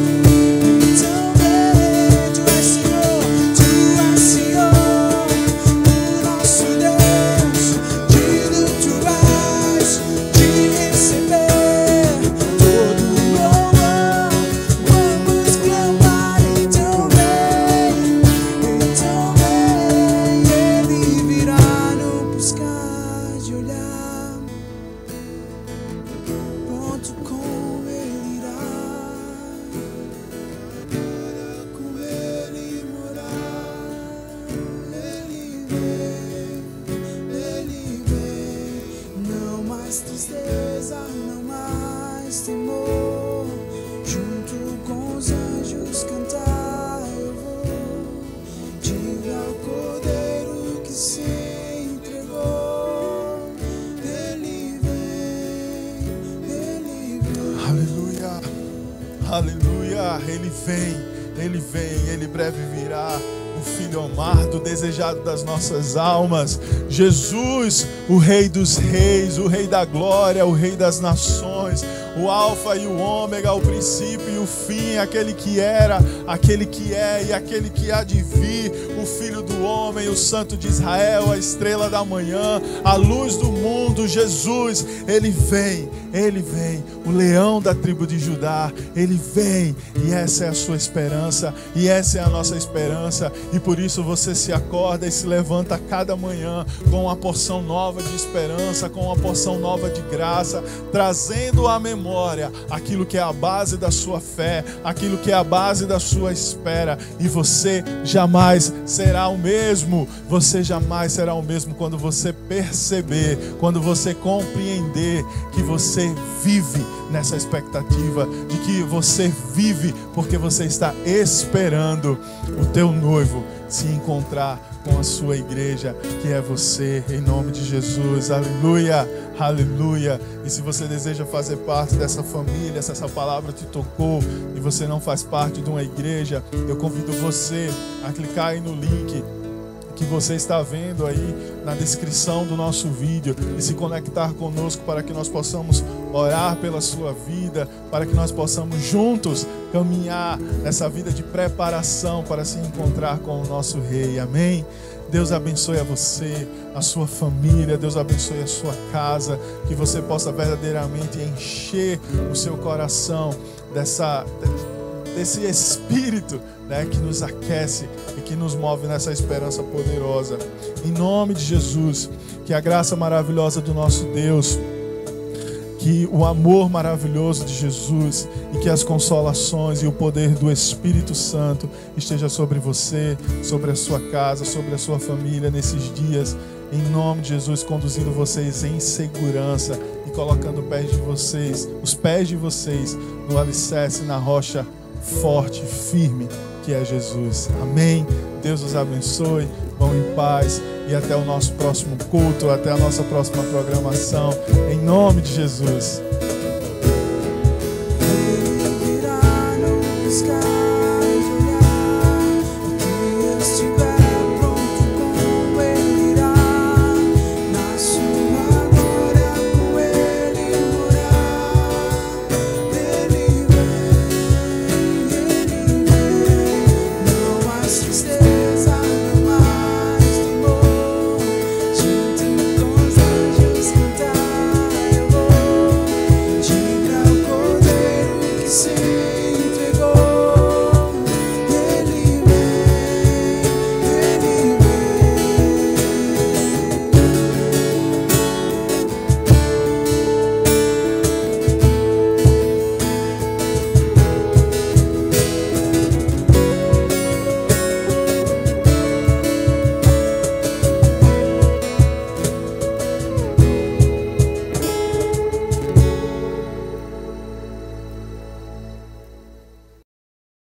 Tu és Senhor, o nosso Deus. Digno tu és de receber todo louvor. Vamos clamar, então vem. Ele virá no piscar de olhar. Pronto com ele irá. Com ele morar. Ele vem, não mais tristeza, não mais temor. Junto com os anjos cantar eu vou. Diga ao Cordeiro que se entregou. Ele vem. Aleluia, aleluia. Ele vem, Ele breve virá. O Filho amado, desejado das nossas almas. Jesus, o Rei dos Reis, o Rei da Glória, o Rei das Nações. O Alfa e o Ômega, o princípio e o fim, aquele que era, aquele que é e aquele que há de vir, o Filho do Homem, o Santo de Israel, a estrela da manhã, a luz do mundo, Jesus, Ele vem, o leão da tribo de Judá, Ele vem, e essa é a sua esperança, e essa é a nossa esperança, e por isso você se acorda e se levanta cada manhã com uma porção nova de esperança, com uma porção nova de graça, trazendo à memória aquilo que é a base da sua fé, aquilo que é a base da sua espera, e você jamais será o mesmo. Você jamais será o mesmo quando você perceber, quando você compreender que você vive nessa expectativa, de que você vive porque você está esperando o teu noivo se encontrar com a sua igreja, que é você, em nome de Jesus. Aleluia, aleluia. E se você deseja fazer parte dessa família, se essa palavra te tocou e você não faz parte de uma igreja, eu convido você a clicar aí no link que você está vendo aí na descrição do nosso vídeo e se conectar conosco para que nós possamos orar pela sua vida, para que nós possamos juntos caminhar nessa vida de preparação para se encontrar com o nosso Rei. Amém? Deus abençoe a você, a sua família, Deus abençoe a sua casa, que você possa verdadeiramente encher o seu coração desse Espírito, né, que nos aquece e que nos move nessa esperança poderosa. Em nome de Jesus, que a graça maravilhosa do nosso Deus, que o amor maravilhoso de Jesus e que as consolações e o poder do Espírito Santo esteja sobre você, sobre a sua casa, sobre a sua família nesses dias, em nome de Jesus, conduzindo vocês em segurança e colocando os pés de vocês no alicerce, na rocha forte, firme, que é Jesus. Amém? Deus os abençoe, vão em paz e até o nosso próximo culto, até a nossa próxima programação, em nome de Jesus. Ele Senhor.